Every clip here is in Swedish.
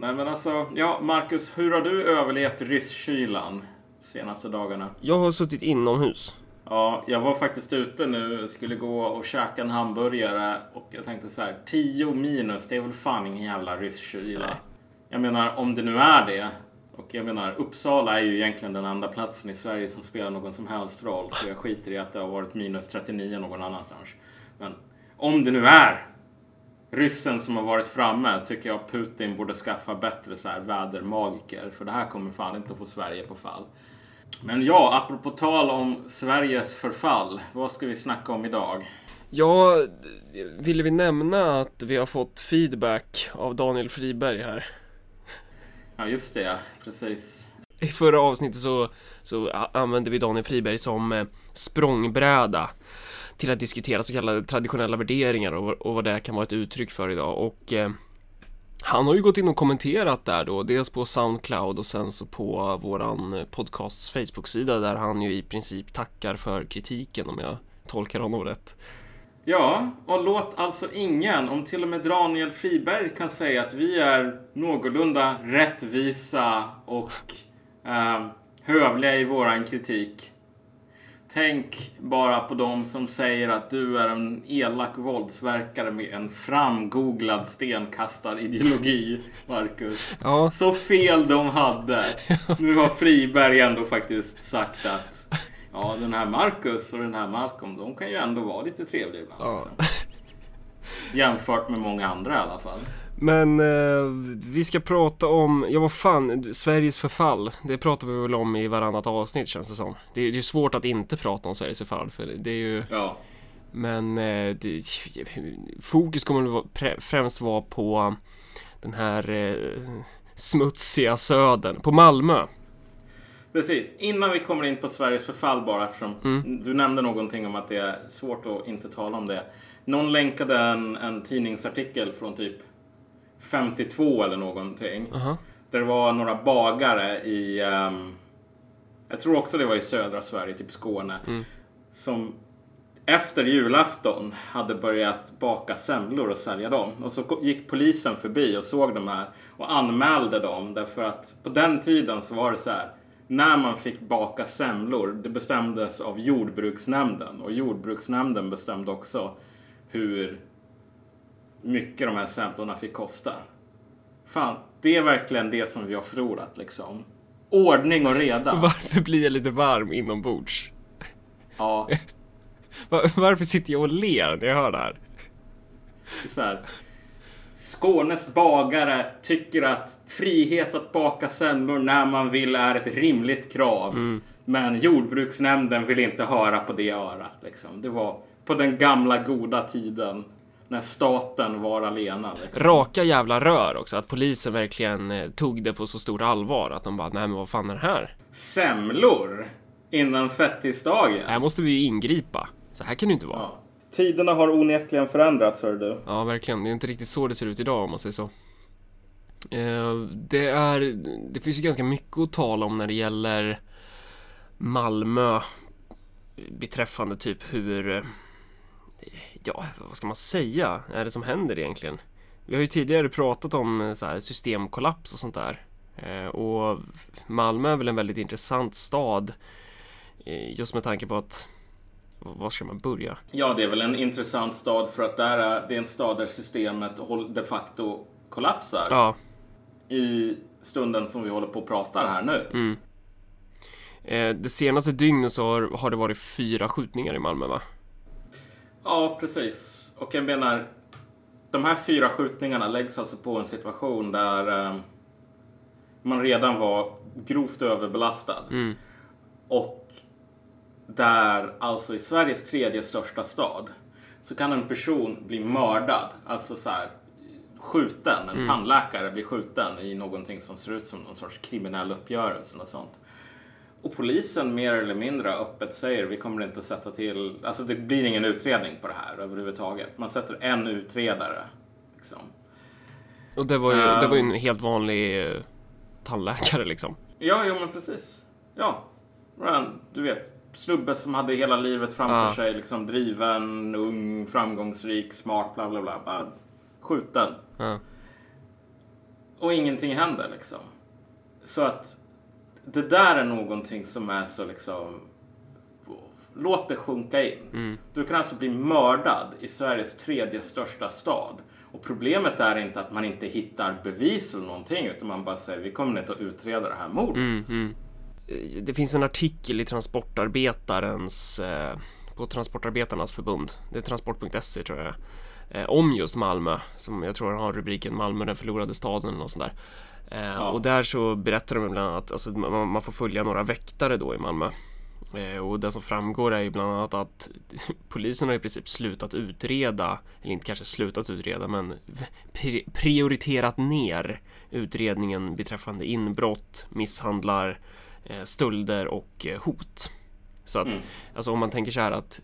Nej men alltså, ja Marcus, hur har du överlevt rysskylan senaste dagarna? Jag har suttit inomhus. Ja, jag var faktiskt ute nu, skulle gå och käka en hamburgare och jag tänkte så här, 10 minus, det är väl fan ingen jävla rysskyla. Nej. Jag menar, om det nu är det, och jag menar, Uppsala är ju egentligen den enda platsen i Sverige som spelar någon som helst roll, så jag skiter i att det har varit minus 39 någon annanstans. Men om det nu är ryssen som har varit framme, tycker jag Putin borde skaffa bättre så här vädermagiker, för det här kommer fan inte att få Sverige på fall. Men ja, apropå tal om Sveriges förfall, vad ska vi snacka om idag? Ja, ville vi nämna att vi har fått feedback av Daniel Friberg här. Ja, just det, precis. I förra avsnittet så använde vi Daniel Friberg som språngbräda till att diskutera så kallade traditionella värderingar och vad det kan vara ett uttryck för idag. Och han har ju gått in och kommenterat där då, dels på Soundcloud och sen så på våran podcasts Facebook-sida, där han ju i princip tackar för kritiken, om jag tolkar honom rätt. Ja, och låt alltså ingen, om till och med Daniel Friberg kan säga att vi är någorlunda rättvisa och hövliga i våran kritik. Tänk bara på de som säger att du är en elak våldsverkare med en framgooglad stenkastarideologi, Marcus. Ja. Så fel de hade. Nu har Friberg ändå faktiskt sagt att ja, den här Marcus och den här Malcolm, de kan ju ändå vara lite trevliga ibland. Ja. Liksom. Jämfört med många andra i alla fall. Men vi ska prata om, ja vad fan, Sveriges förfall. Det pratar vi väl om i varannat avsnitt, känns det som. Det är ju svårt att inte prata om Sveriges förfall, för det är ju... Ja. Men fokus kommer främst vara på den här smutsiga södern, på Malmö. Precis, innan vi kommer in på Sveriges förfall bara, eftersom du nämnde någonting om att det är svårt att inte tala om det. Någon länkade en tidningsartikel från typ 52 eller någonting. Där det var några bagare i, jag tror också det var i södra Sverige, typ Skåne. Som efter julafton hade börjat baka semlor och sälja dem. Och så gick polisen förbi och såg de här och anmälde dem. Därför att på den tiden så var det så här, när man fick baka semlor, det bestämdes av jordbruksnämnden. Och jordbruksnämnden bestämde också hur mycket de här semlorna fick kosta. Fan, det är verkligen det som vi har förlorat liksom. Ordning och reda. Varför blir jag lite varm inombords? Ja. Varför sitter jag och ler när jag hör det här? Så här. Skånes bagare tycker att frihet att baka semlor när man vill är ett rimligt krav. Men jordbruksnämnden vill inte höra på det örat liksom. Det var på den gamla goda tiden när staten var alena liksom. Raka jävla rör också, att polisen verkligen tog det på så stor allvar att de bara, nej men vad fan är det här? Semlor innan fettisdagen. Här måste vi ju ingripa. Så här kan det inte vara. Ja. Tiderna har onekligen förändrats, hör du. Ja, verkligen. Det är inte riktigt så det ser ut idag, om man säger så. Det finns ju ganska mycket att tala om när det gäller Malmö beträffande typ hur, ja, vad ska man säga, är det som händer egentligen? Vi har ju tidigare pratat om så här systemkollaps och sånt där. Och Malmö är väl en väldigt intressant stad, just med tanke på att, var ska man börja? Ja, det är väl en intressant stad för att det är en stad där systemet de facto kollapsar. Ja. I stunden som vi håller på att prata här nu. Det senaste dygnet så har det varit 4 skjutningar i Malmö, va? Ja, precis. Och jag menar, de här 4 skjutningarna läggs alltså på en situation där man redan var grovt överbelastad. Och där, alltså i Sveriges 3:e största stad, så kan en person bli mördad, alltså så här skjuten, en tandläkare blir skjuten i någonting som ser ut som någon sorts kriminell uppgörelse och sånt. Och polisen mer eller mindre öppet säger, vi kommer inte sätta till, alltså det blir ingen utredning på det här överhuvudtaget. Man sätter en utredare liksom. Och det var ju en helt vanlig tandläkare liksom. Ja, jo men precis. Ja, du vet, snubbe som hade hela livet framför sig, liksom driven, ung, framgångsrik, smart, bla bla bla, bara skjuten. Och ingenting händer liksom. Så att det där är någonting som är så liksom, låt det sjunka in. Du kan alltså bli mördad i Sveriges 3:e största stad. Och problemet är inte att man inte hittar bevis eller någonting, utan man bara säger, vi kommer inte att utreda det här mordet. Det finns en artikel i på Transportarbetarnas förbund. Det är transport.se tror jag. Om just Malmö, som jag tror har rubriken Malmö den förlorade staden och sånt där. Och där så berättar de bland annat, alltså man får följa några väktare då i Malmö. Och det som framgår är ju bland annat att polisen har i princip slutat utreda, eller inte kanske slutat utreda, men prioriterat ner utredningen beträffande inbrott, misshandlar, stölder och hot. Så att, alltså om man tänker så här att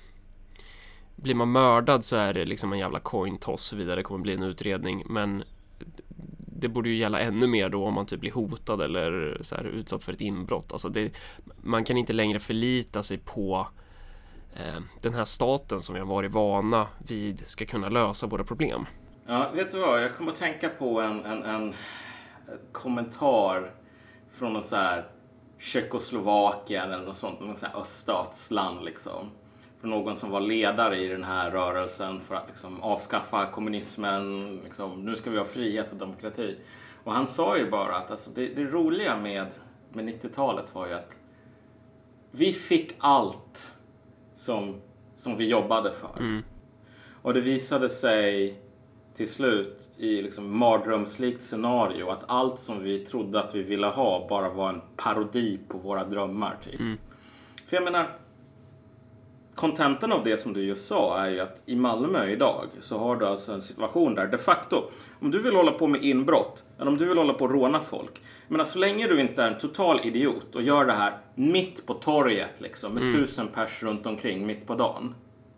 blir man mördad så är det liksom en jävla coin toss så vidare, det kommer bli en utredning, men det borde ju gälla ännu mer då om man typ blir hotad eller så här utsatt för ett inbrott. Alltså man kan inte längre förlita sig på den här staten som vi har varit vana vid ska kunna lösa våra problem. Ja, vet du vad? Jag kommer att tänka på en kommentar från någon så här Tjeckoslovakien eller något sånt, någon så här öststatsland liksom. För någon som var ledare i den här rörelsen för att liksom avskaffa kommunismen, liksom, nu ska vi ha frihet och demokrati. Och han sa ju bara att alltså, det roliga med 90-talet var ju att vi fick allt som vi jobbade för. Och det visade sig till slut i liksom mardrömslikt scenario att allt som vi trodde att vi ville ha bara var en parodi på våra drömmar typ. För jag menar, kontentan av det som du just sa är ju att i Malmö idag så har du alltså en situation där de facto, om du vill hålla på med inbrott eller om du vill hålla på att råna folk, men så länge du inte är en total idiot och gör det här mitt på torget liksom, med 1000 pers runt omkring mitt på dagen,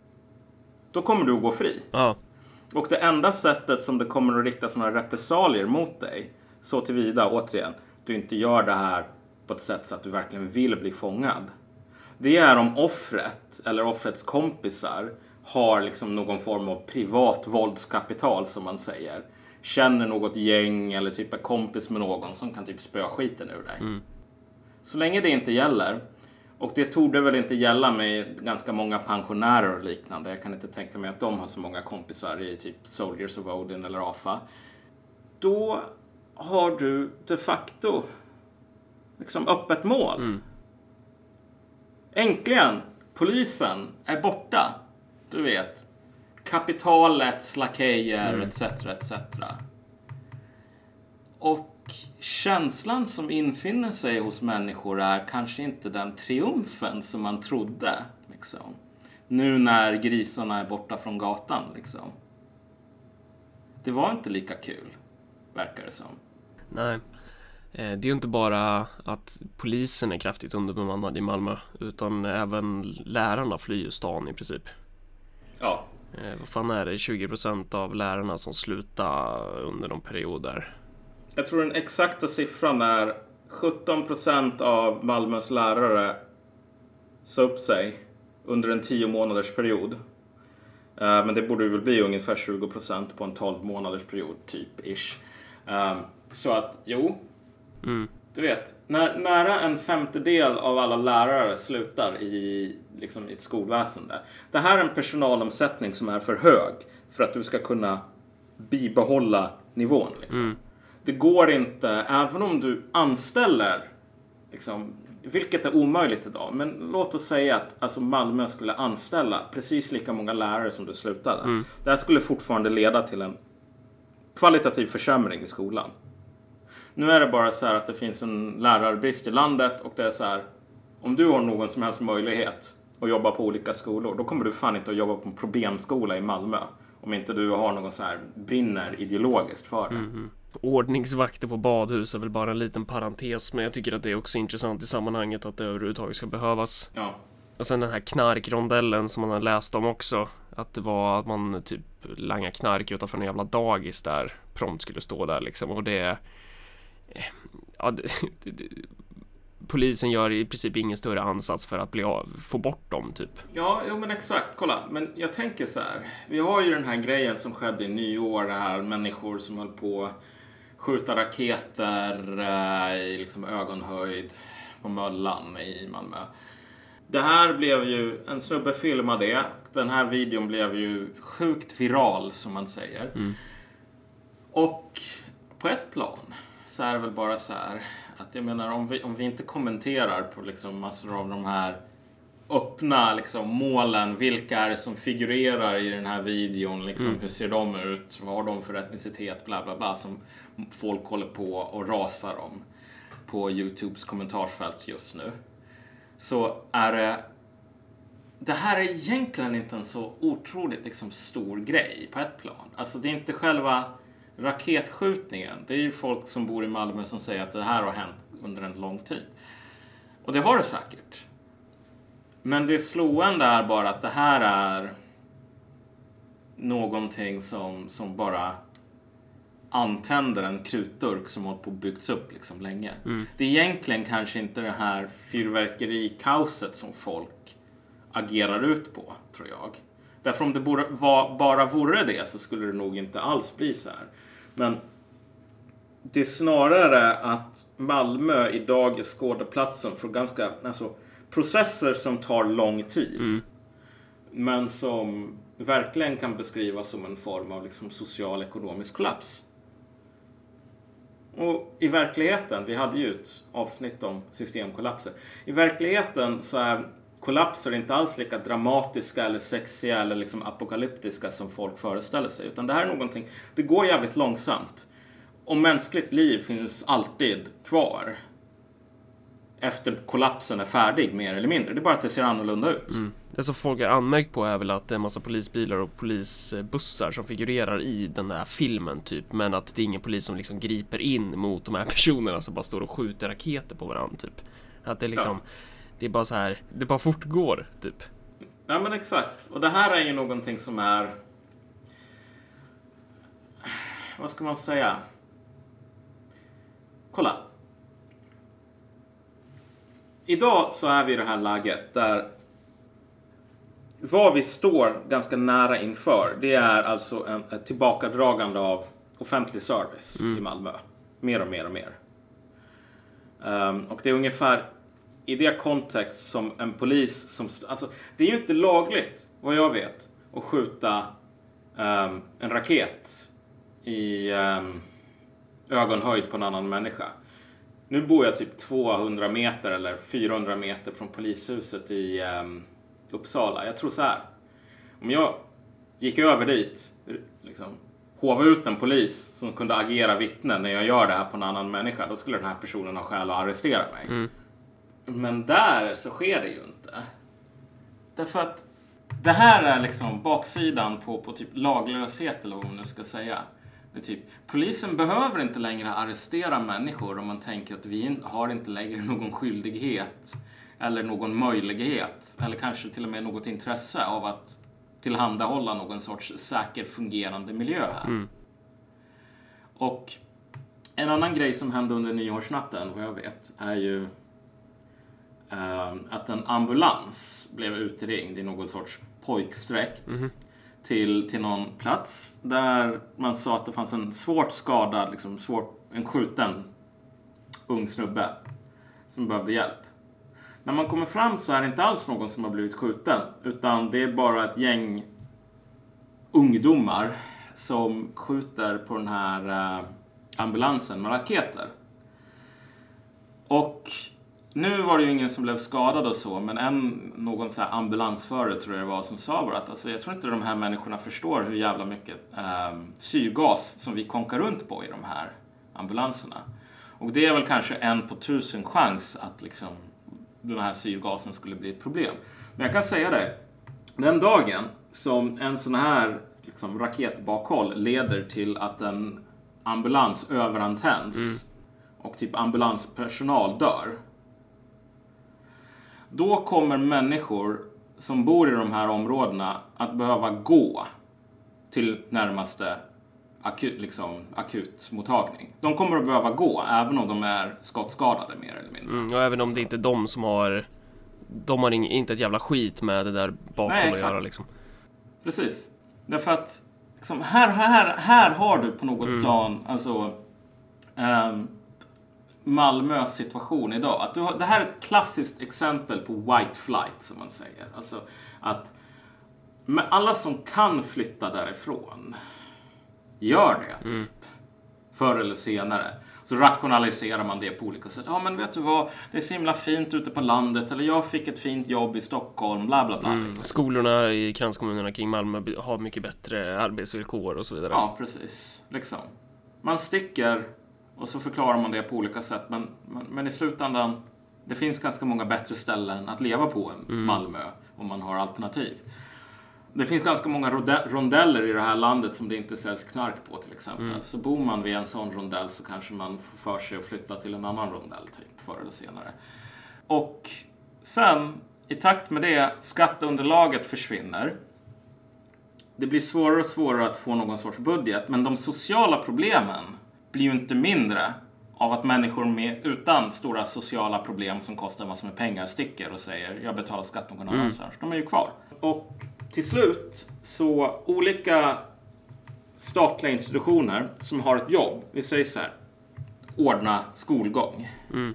då kommer du att gå fri. Och det enda sättet som det kommer att riktas några repressalier mot dig, så tillvida återigen, du inte gör det här på ett sätt så att du verkligen vill bli fångad. Det är om offret eller offrets kompisar har liksom någon form av privat våldskapital som man säger. Känner något gäng eller typ är kompis med någon som kan typ spöa skiten ur dig. Så länge det inte gäller, och det torde väl inte gälla med ganska många pensionärer och liknande. Jag kan inte tänka mig att de har så många kompisar i typ Soldiers of Odin eller AFA. Då har du de facto liksom öppet mål. Äntligen, polisen är borta. Du vet, kapitalets lakejer etc. etc. Och känslan som infinner sig hos människor är kanske inte den triumfen som man trodde. Liksom. Nu när grisarna är borta från gatan. Liksom. Det var inte lika kul, verkar det som. Nej. Det är ju inte bara att polisen är kraftigt underbemannad i Malmö, utan även lärarna flyr stan i princip. Ja. Vad fan är det? 20% av lärarna som slutar under de perioder. Jag tror den exakta siffran är 17% av Malmös lärare sa upp sig under en 10 månaders period. Men det borde väl bli ungefär 20% på en 12 månaders period, typ ish. Så att, jo. Du vet, nära en 50% av alla lärare slutar i ett skolväsende. Det här är en personalomsättning som är för hög för att du ska kunna bibehålla nivån. Liksom. Det går inte, även om du anställer, liksom, vilket är omöjligt idag. Men låt oss säga att alltså Malmö skulle anställa precis lika många lärare som du slutade. Det här skulle fortfarande leda till en kvalitativ försämring i skolan. Nu är det bara så här att det finns en lärarbrist i landet och det är så här, om du har någon som helst möjlighet att jobba på olika skolor, då kommer du fan inte att jobba på en problemskola i Malmö om inte du har någon så här brinner ideologiskt för det. Ordningsvakter på badhus är väl bara en liten parentes, men jag tycker att det är också intressant i sammanhanget att det överhuvudtaget ska behövas. Ja. Och sen den här knarkrondellen som man har läst om också, att det var att man typ langar knark utanför en jävla dagis där prompt skulle stå där liksom, och det ja, polisen gör i princip ingen större ansats för att få bort dem typ. Ja, jo, men exakt, kolla. Men jag tänker så här, vi har ju den här grejen som skedde i nyår, det här människor som höll på skjuta raketer i liksom ögonhöjd på Möllan i Malmö. Det här blev ju, en snubbe filmade det. Den här videon blev ju sjukt viral, som man säger. Och på ett plan så är det väl bara så här att jag menar, om vi inte kommenterar på liksom massor av de här öppna liksom målen, vilka är det som figurerar i den här videon, liksom, hur ser de ut, vad har de för etnicitet, bla bla bla, som folk håller på och rasar om på YouTubes kommentarsfält just nu. Så är det här är egentligen inte en så otroligt liksom stor grej på ett plan. Alltså det är inte själva raketskjutningen. Det är ju folk som bor i Malmö som säger att det här har hänt under en lång tid. Och det har det säkert. Men det slående är bara att det här är någonting som bara antänder en krutdurk som har på byggts upp liksom länge. Det är egentligen kanske inte det här fyrverkerikaoset som folk agerar ut på, tror jag. Därför om det bara vore det så skulle det nog inte alls bli så här. Men det är snarare att Malmö idag är skådeplatsen för ganska processer som tar lång tid. Men som verkligen kan beskrivas som en form av liksom social ekonomisk kollaps. Och i verkligheten, vi hade ju ett avsnitt om systemkollapser. I verkligheten så är kollapser inte alls lika dramatiska eller sexiga eller liksom apokalyptiska som folk föreställer sig. Utan det här är någonting, det går jävligt långsamt. Och mänskligt liv finns alltid kvar efter kollapsen är färdig, mer eller mindre. Det är bara att det ser annorlunda ut. Det som folk har anmärkt på är väl att det är en massa polisbilar och polisbussar som figurerar i den där filmen typ. Men att det är ingen polis som liksom griper in mot de här personerna som bara står och skjuter raketer på varandra typ. Att det liksom, det är bara så här, det bara fortgår typ. Ja men exakt. Och det här är ju någonting som är, vad ska man säga? Kolla. Idag så är vi i det här läget där vad vi står ganska nära inför, det är alltså ett tillbakadragande av offentlig service i Malmö. Mer och mer och mer. Och det är ungefär i det kontext som en polis som, alltså det är ju inte lagligt, vad jag vet, att skjuta en raket i ögonhöjd på en annan människa. Nu bor jag typ 200 meter eller 400 meter från polishuset i Uppsala. Jag tror så här. Om jag gick över dit, liksom, hova ut en polis som kunde agera vittne när jag gör det här på en annan människa, då skulle den här personen ha skäl att arrestera mig. Men där så sker det ju inte. Därför att det här är liksom baksidan på typ laglöshet eller vad man nu ska säga. Typ, polisen behöver inte längre arrestera människor om man tänker att vi har inte längre någon skyldighet eller någon möjlighet eller kanske till och med något intresse av att tillhandahålla någon sorts säker fungerande miljö här. Och en annan grej som hände under nyårsnatten, vad jag vet, är ju att en ambulans blev utringd i någon sorts pojksträck till någon plats där man sa att det fanns en svårt skadad, liksom en skjuten ung snubbe som behövde hjälp. När man kommer fram så är det inte alls någon som har blivit skjuten, utan det är bara ett gäng ungdomar som skjuter på den här ambulansen med raketer. Och nu var det ju ingen som blev skadad och så, men någon så här ambulansförare tror jag det var som sa bara att alltså, jag tror inte de här människorna förstår hur jävla mycket syrgas som vi konkar runt på i de här ambulanserna. Och det är väl kanske 1 på 1000 chans att liksom den här syrgasen skulle bli ett problem. Men jag kan säga det, den dagen som en sån här liksom raketbakhåll leder till att en ambulans överantänds och typ ambulanspersonal dör, då kommer människor som bor i de här områdena att behöva gå till närmaste akutmottagning. De kommer att behöva gå även om de är skottskadade mer eller mindre. Och även om det inte är de som har inte ett jävla skit med det där bakom att göra liksom. Precis. Därför att liksom, här har du på något plan alltså Malmös situation idag. Att det här är ett klassiskt exempel på white flight, som man säger. Alltså att alla som kan flytta därifrån gör det typ. Förr eller senare. Så rationaliserar man det på olika sätt. Ja, men vet du vad? Det är så himla fint ute på landet. Eller jag fick ett fint jobb i Stockholm. Bla bla bla. Skolorna i kranskommunerna kring Malmö har mycket bättre arbetsvillkor och så vidare. Ja, precis. Liksom. Man sticker och så förklarar man det på olika sätt. Men i slutändan, det finns ganska många bättre ställen att leva på än Malmö. Om man har alternativ. Det finns ganska många rondeller i det här landet som det inte säljs knark på, till exempel. Så bor man vid en sån rondell så kanske man får för sig att flytta till en annan rondell typ, förr eller senare. Och sen, i takt med det, skatteunderlaget försvinner. Det blir svårare och svårare att få någon sorts budget. Men de sociala problemen blir ju inte mindre av att människor utan stora sociala problem som kostar massor med pengar sticker och säger jag betalar skatt någon annanstans. De är ju kvar. Och till slut så olika statliga institutioner som har ett jobb, vi säger så här, ordna skolgång,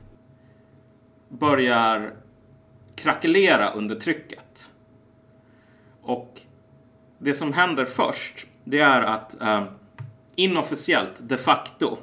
börjar krackelera under trycket. Och det som händer först, det är att inofficiellt, de facto,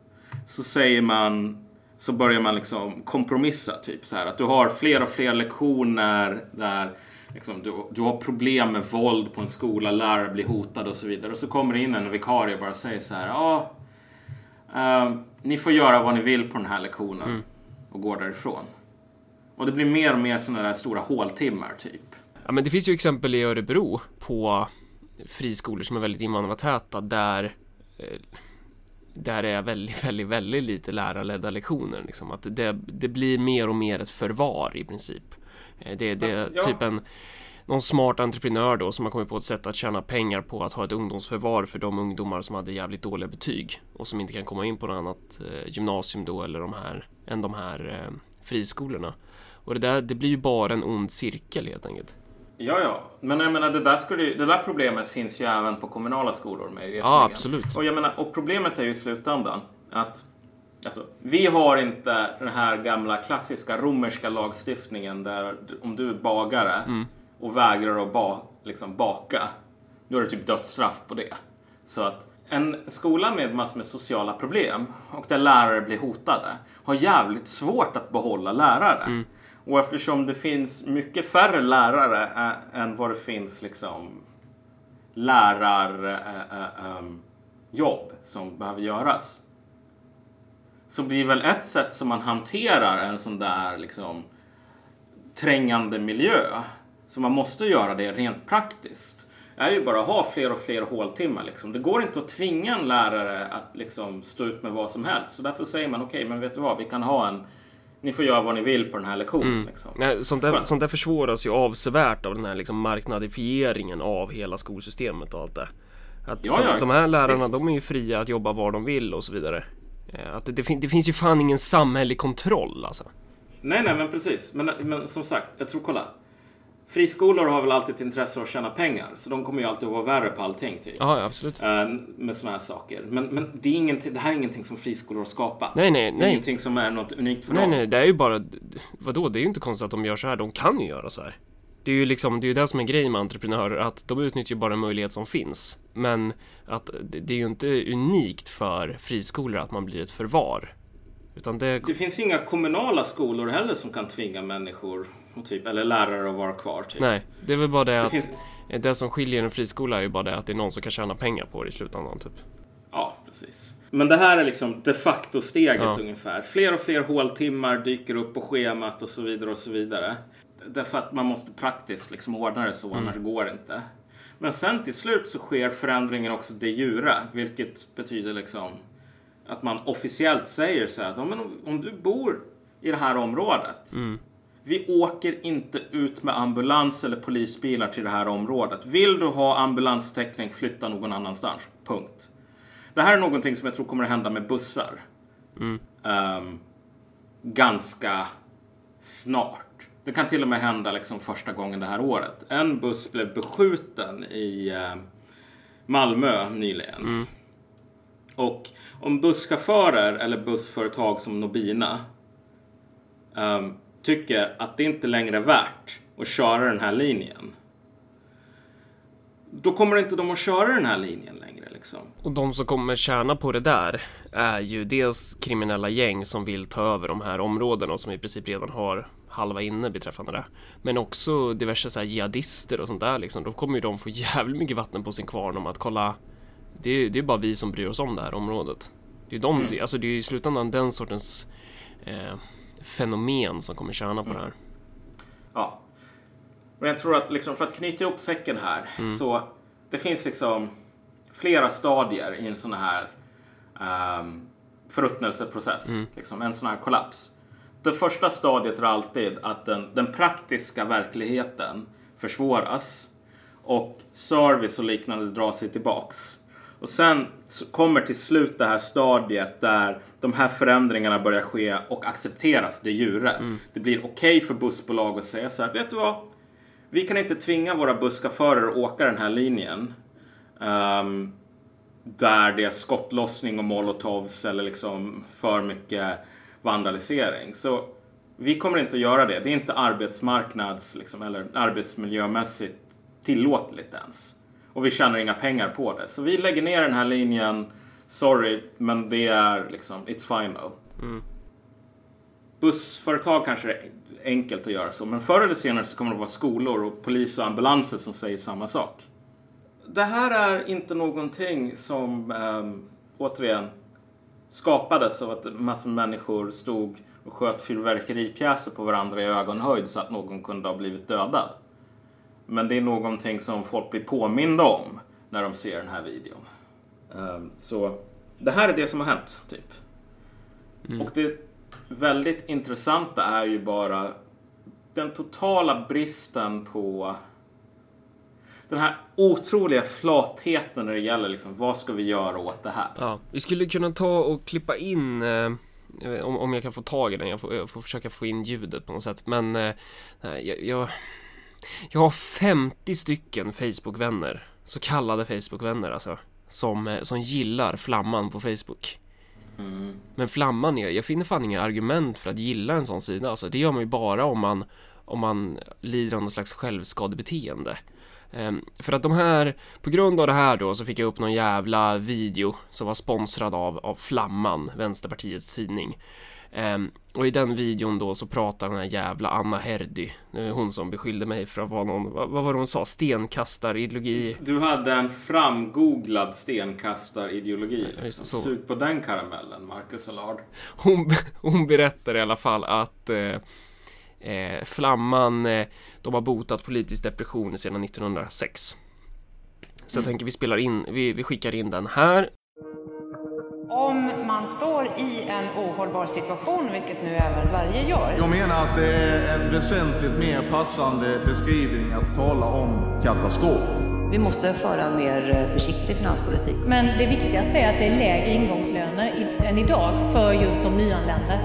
så börjar man liksom kompromissa typ så här, att du har fler och fler lektioner där liksom, du har problem med våld på en skola, lärare blir hotade och så vidare. Och så kommer det in en vikarie och bara säger så här, ni får göra vad ni vill på den här lektionen och gå därifrån. Och det blir mer och mer sådana där stora håltimmar typ. Ja, men det finns ju exempel i Örebro på friskolor som är väldigt invandrartäta där det är väldigt, väldigt, väldigt lite lärarledda lektioner. Liksom. Att det blir mer och mer ett förvar i princip. Det är typ någon smart entreprenör då som har kommit på ett sätt att tjäna pengar på att ha ett ungdomsförvar för de ungdomar som hade jävligt dåliga betyg och som inte kan komma in på något annat gymnasium då eller de här friskolorna. Och det blir ju bara en ond cirkel helt enkelt. Ja. Men jag menar, det där problemet finns ju även på kommunala skolor med. Ja, absolut. Och jag menar, och problemet är ju i slutändan att vi har inte den här gamla klassiska romerska lagstiftningen där om du är bagare och vägrar att baka, då är det typ dödsstraff på det. Så att en skola med massor med sociala problem och där lärare blir hotade har jävligt svårt att behålla lärare. Och eftersom det finns mycket färre lärare än vad det finns liksom jobb som behöver göras, så blir väl ett sätt som man hanterar en sån där liksom trängande miljö, så man måste göra det rent praktiskt, är ju bara att ha fler och fler håltimmar liksom. Det går inte att tvinga en lärare att liksom stå ut med vad som helst. Så därför säger man okej, men vet du vad, vi kan ha ni får göra vad ni vill på den här lektionen. Liksom. Nej, sånt där försvåras ju avsevärt av den här liksom marknadifieringen av hela skolsystemet och allt det. Att de här lärarna, de är ju fria att jobba var de vill och så vidare. Att det finns ju fan ingen samhällelig kontroll alltså. Nej, men precis. Men som sagt, jag tror, kolla. Friskolor har väl alltid ett intresse av att tjäna pengar. Så de kommer ju alltid att vara värre på allting typ. Ja, absolut. Med såna här saker. Men det här är ingenting som friskolor har skapat. Nej. Det är ingenting som är något unikt för dem. Nej, det är ju bara... Vadå? Det är ju inte konstigt att de gör så här. De kan ju göra så här. Det är ju liksom, det är ju det som är grejen med entreprenörer, att de utnyttjar ju bara en möjlighet som finns. Men att det är ju inte unikt för friskolor att man blir ett förvar. Utan det finns inga kommunala skolor heller som kan tvinga människor typ, eller lärare att vara kvar typ. Nej, det är väl bara det att det som skiljer en friskola är ju bara det att det är någon som kan tjäna pengar på det i slutändan typ. Ja, precis. Men det här är liksom de facto steget ungefär. Fler och fler håltimmar dyker upp på schemat och så vidare och så vidare. Därför att man måste praktiskt liksom ordna det så, annars går det inte. Men sen till slut så sker förändringen också de jure, vilket betyder liksom att man officiellt säger så här att om du bor i det här området, vi åker inte ut med ambulans eller polisbilar till det här området. Vill du ha ambulanstäckning, flytta någon annanstans. Punkt. Det här är någonting som jag tror kommer att hända med bussar. Ganska snart. Det kan till och med hända liksom första gången det här året. En buss blev beskjuten i Malmö nyligen. Och om busschaufförer eller bussföretag som Nobina tycker att det inte längre är värt att köra den här linjen, då kommer inte de att köra den här linjen längre liksom. Och de som kommer tjäna på det där är ju dels kriminella gäng som vill ta över de här områdena och som i princip redan har halva inne beträffande det. Men också diverse så här jihadister och sånt där liksom. Då kommer ju de få jävligt mycket vatten på sin kvarn om att kolla. Det är bara vi som bryr oss om det här området. Det är alltså det är i slutändan den sortens fenomen som kommer tjäna på det här. Ja. Men jag tror att liksom, för att knyta ihop säcken här, så det finns liksom flera stadier i en sån här förruttnelseprocess. Liksom, en sån här kollaps. Det första stadiet är alltid att den praktiska verkligheten försvåras och service och liknande drar sig tillbaks. Och sen kommer till slut det här stadiet där de här förändringarna börjar ske och accepteras de jure. Det blir okej för bussbolag att säga så här: vet du vad? Vi kan inte tvinga våra busschaufförer att åka den här linjen där det är skottlossning och molotovs eller liksom för mycket vandalisering. Så vi kommer inte att göra det. Det är inte arbetsmarknads liksom, eller arbetsmiljömässigt tillåtligt ens. Och vi tjänar inga pengar på det. Så vi lägger ner den här linjen. Sorry, men det är liksom, it's final. Bussföretag kanske är enkelt att göra så. Men förr eller senare så kommer det vara skolor och polis och ambulanser som säger samma sak. Det här är inte någonting som återigen skapades av att massor med människor stod och sköt fyrverkeripjäser på varandra i ögonhöjd så att någon kunde ha blivit dödad. Men det är någonting som folk blir påminda om när de ser den här videon. Så det här är det som har hänt, typ. Och det väldigt intressanta är ju bara den totala bristen på den här otroliga flatheten när det gäller liksom, vad ska vi göra åt det här? Ja, vi skulle kunna ta och klippa in om jag kan få tag i den. Jag får försöka få in ljudet på något sätt. Men jag har 50 stycken Facebook-vänner, så kallade Facebook-vänner alltså, som gillar Flamman på Facebook. Men Flamman, jag finner fan inga argument för att gilla en sån sida. Alltså, det gör man ju bara om man lider av någon slags självskadebeteende. För att på grund av det här då, så fick jag upp någon jävla video som var sponsrad av Flamman, Vänsterpartiets tidning. Och i den videon då så pratar den här jävla Anna Herdy, hon som beskyllde mig för att vara någon, vad var det hon sa? Stenkastarideologi. Du hade en framgooglad stenkastarideologi. Liksom. Sug på den karamellen, Marcus Allard. Hon berättar i alla fall att Flamman, de har botat politisk depression sedan 1906. Så jag tänker vi skickar in den här. Om man står i en ohållbar situation, vilket nu även Sverige gör. Jag menar att det är en väsentligt mer passande beskrivning att tala om katastrof. Vi måste föra en mer försiktig finanspolitik. Men det viktigaste är att det är lägre ingångslöner än idag för just de nyanlända.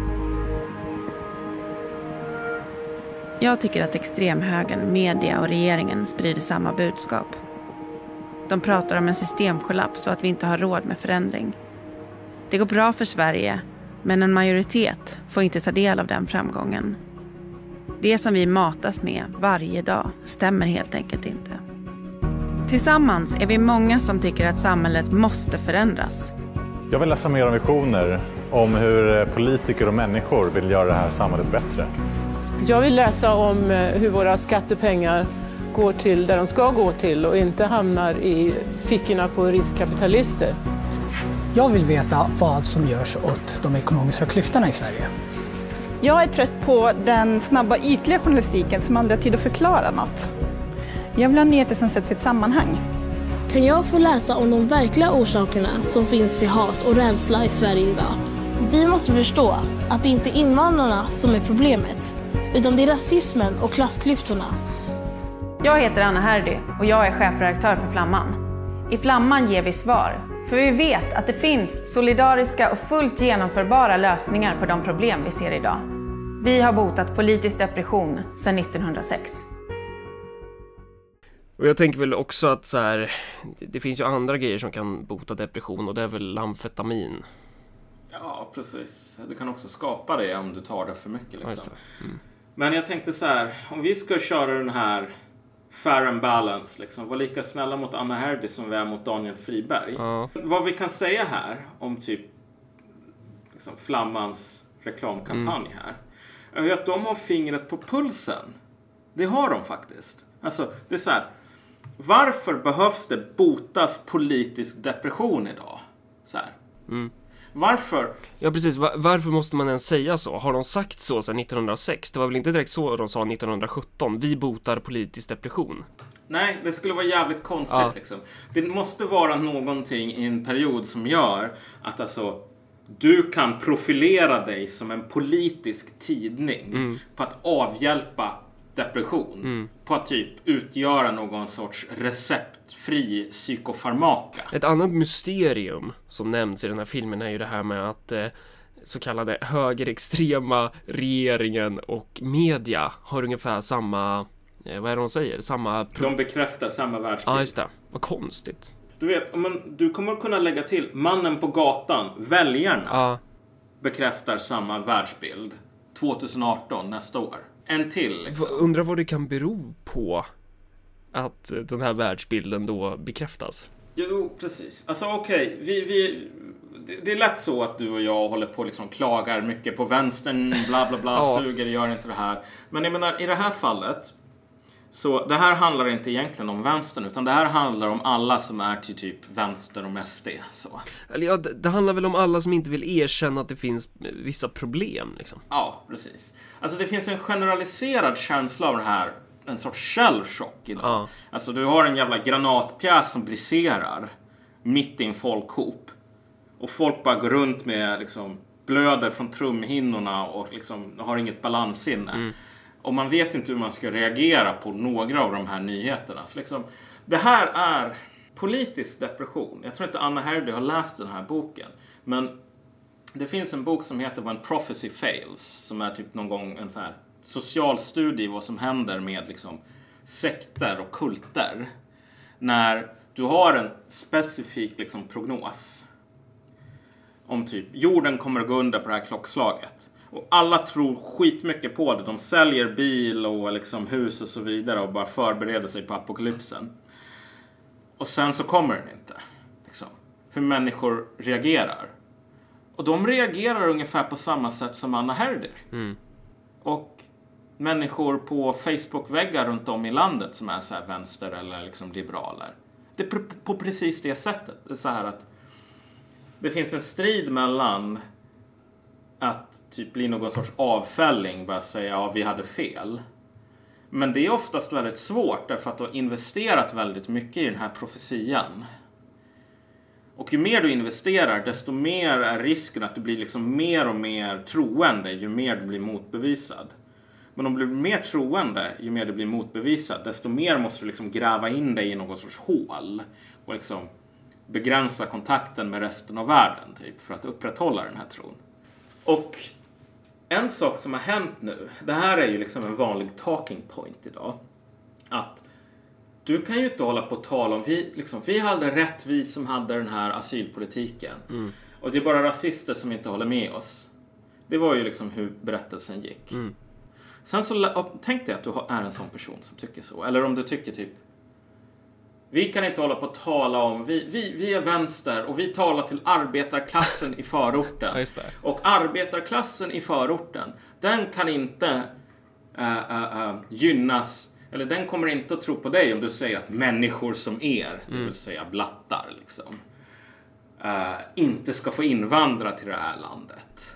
Jag tycker att extremhögern, media och regeringen sprider samma budskap. De pratar om en systemkollaps och att vi inte har råd med förändring. Det går bra för Sverige, men en majoritet får inte ta del av den framgången. Det som vi matas med varje dag stämmer helt enkelt inte. Tillsammans är vi många som tycker att samhället måste förändras. Jag vill läsa mer om visioner, om hur politiker och människor vill göra det här samhället bättre. Jag vill läsa om hur våra skattepengar går till där de ska gå till och inte hamnar i fickorna på riskkapitalister. Jag vill veta vad som görs åt de ekonomiska klyftorna i Sverige. Jag är trött på den snabba ytliga journalistiken som aldrig har tid att förklara något. Jag vill ha nyheter som sätts i ett sammanhang. Kan jag få läsa om de verkliga orsakerna som finns till hat och rädsla i Sverige idag? Vi måste förstå att det inte är invandrarna som är problemet, utan det är rasismen och klassklyftorna. Jag heter Anna Herdy och jag är chefredaktör för Flamman. I Flamman ger vi svar, för vi vet att det finns solidariska och fullt genomförbara lösningar på de problem vi ser idag. Vi har botat politisk depression sedan 1906. Och jag tänker väl också att så här, det finns ju andra grejer som kan bota depression, och det är väl amfetamin. Ja, precis. Du kan också skapa det om du tar det för mycket liksom. Men jag tänkte så här, om vi ska köra den här fair and balance liksom, var lika snälla mot Anna Herdy som vi är mot Daniel Friberg. Vad vi kan säga här om typ liksom Flammans reklamkampanj här är att de har fingret på pulsen. Det har de faktiskt. Alltså, det är så här, varför behövs det botas politisk depression idag? Så här. Varför? Ja, precis. Varför måste man ens säga så? Har de sagt så sedan 1906? Det var väl inte direkt så de sa 1917. Vi botar politisk depression. Nej, det skulle vara jävligt konstigt liksom. Det måste vara någonting i en period som gör att alltså du kan profilera dig som en politisk tidning på att avhjälpa depression. På att typ utgöra någon sorts receptfri psykofarmaka. Ett annat mysterium som nämns i den här filmen är ju det här med att så kallade högerextrema regeringen och media har ungefär samma, vad är det de säger? De bekräftar samma världsbild. Ja, just det. Vad konstigt. Du vet, du kommer kunna lägga till mannen på gatan, väljarna bekräftar samma världsbild 2018, nästa år. En till liksom. Undrar vad det kan bero på att den här världsbilden då bekräftas. Jo, precis. Alltså okej, det är lätt så att du och jag håller på liksom klagar mycket på vänstern, bla bla bla, suger, gör inte det här. Men jag menar, i det här fallet så det här handlar inte egentligen om vänstern, utan det här handlar om alla som är till typ vänster och SD så. Eller ja, det handlar väl om alla som inte vill erkänna att det finns vissa problem liksom. Ja, precis. Alltså det finns en generaliserad känsla av det här, en sorts shellshock idag. Alltså du har en jävla granatpjäs som briserar mitt i en folkhop. Och folk bara går runt med liksom blöder från trumhinnorna och liksom har inget balanssinne. Och man vet inte hur man ska reagera på några av de här nyheterna. Så liksom, det här är politisk depression. Jag tror inte Anna Herdy har läst den här boken. Men det finns en bok som heter When Prophecy Fails. Som är typ någon gång en sån här social studie i vad som händer med liksom sekter och kulter. När du har en specifik liksom prognos. Om typ jorden kommer att gå under på det här klockslaget. Och alla tror skitmycket på det. De säljer bil och liksom hus och så vidare och bara förbereder sig på apokalypsen. Och sen så kommer den inte. Liksom. Hur människor reagerar. Och de reagerar ungefär på samma sätt som Anna Herdy. Och människor på Facebook-väggar runt om i landet som är så här vänster eller liksom liberaler. Det är på precis det sättet. Det är så här att det finns en strid mellan att typ bli någon sorts avfälling, bara säga ja, vi hade fel. Men det är oftast väldigt svårt därför att du har investerat väldigt mycket i den här profetian. Och ju mer du investerar, desto mer är risken att du blir liksom mer och mer troende ju mer du blir motbevisad. Men om du blir mer troende ju mer du blir motbevisad, desto mer måste du liksom gräva in dig i någon sorts hål och liksom begränsa kontakten med resten av världen typ, för att upprätthålla den här tron. Och en sak som har hänt nu, det här är ju liksom en vanlig talking point idag, att du kan ju inte hålla på att tala om vi hade rätt, vi som hade den här asylpolitiken. Och det är bara rasister som inte håller med oss. Det var ju liksom hur berättelsen gick. Sen så tänkte jag att du är en sån person som tycker så. Eller om du tycker typ, vi kan inte hålla på att tala om, vi är vänster och vi talar till arbetarklassen i förorten. Ja, just det. Och arbetarklassen i förorten, den kan inte gynnas, eller den kommer inte att tro på dig om du säger att människor som det vill säga blattar liksom, inte ska få invandra till det här landet.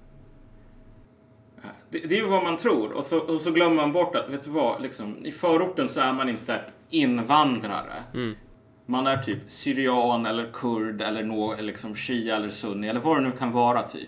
Det är ju vad man tror. Och så glömmer man bort att, vet du vad, liksom, i förorten så är man inte invandrare. Man är typ syrian eller kurd eller liksom shia eller sunni eller vad det nu kan vara typ.